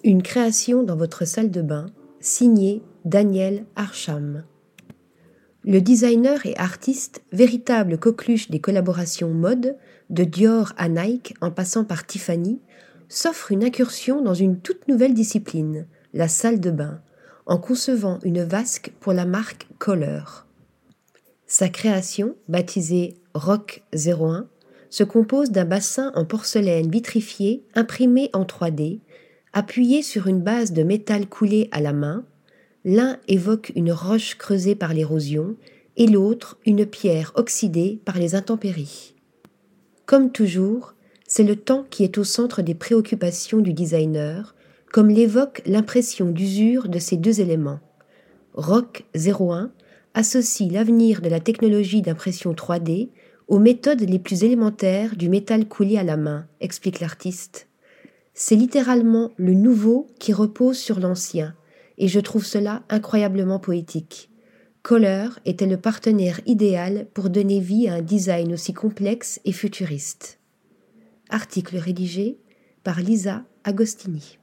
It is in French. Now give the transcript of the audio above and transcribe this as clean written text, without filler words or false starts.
Une création dans votre salle de bain, signé Daniel Arsham. Le designer et artiste, véritable coqueluche des collaborations mode, de Dior à Nike en passant par Tiffany, s'offre une incursion dans une toute nouvelle discipline, la salle de bain, en concevant une vasque pour la marque Kohler. Sa création, baptisée Rock 01, se compose d'un bassin en porcelaine vitrifiée imprimé en 3D, appuyé sur une base de métal coulé à la main. L'un évoque une roche creusée par l'érosion et l'autre une pierre oxydée par les intempéries. Comme toujours, c'est le temps qui est au centre des préoccupations du designer, comme l'évoque l'impression d'usure de ces deux éléments. Rock 01 associe l'avenir de la technologie d'impression 3D aux méthodes les plus élémentaires du métal coulé à la main, explique l'artiste. C'est littéralement le nouveau qui repose sur l'ancien, et je trouve cela incroyablement poétique. Kohler était le partenaire idéal pour donner vie à un design aussi complexe et futuriste. Article rédigé par Lisa Agostini.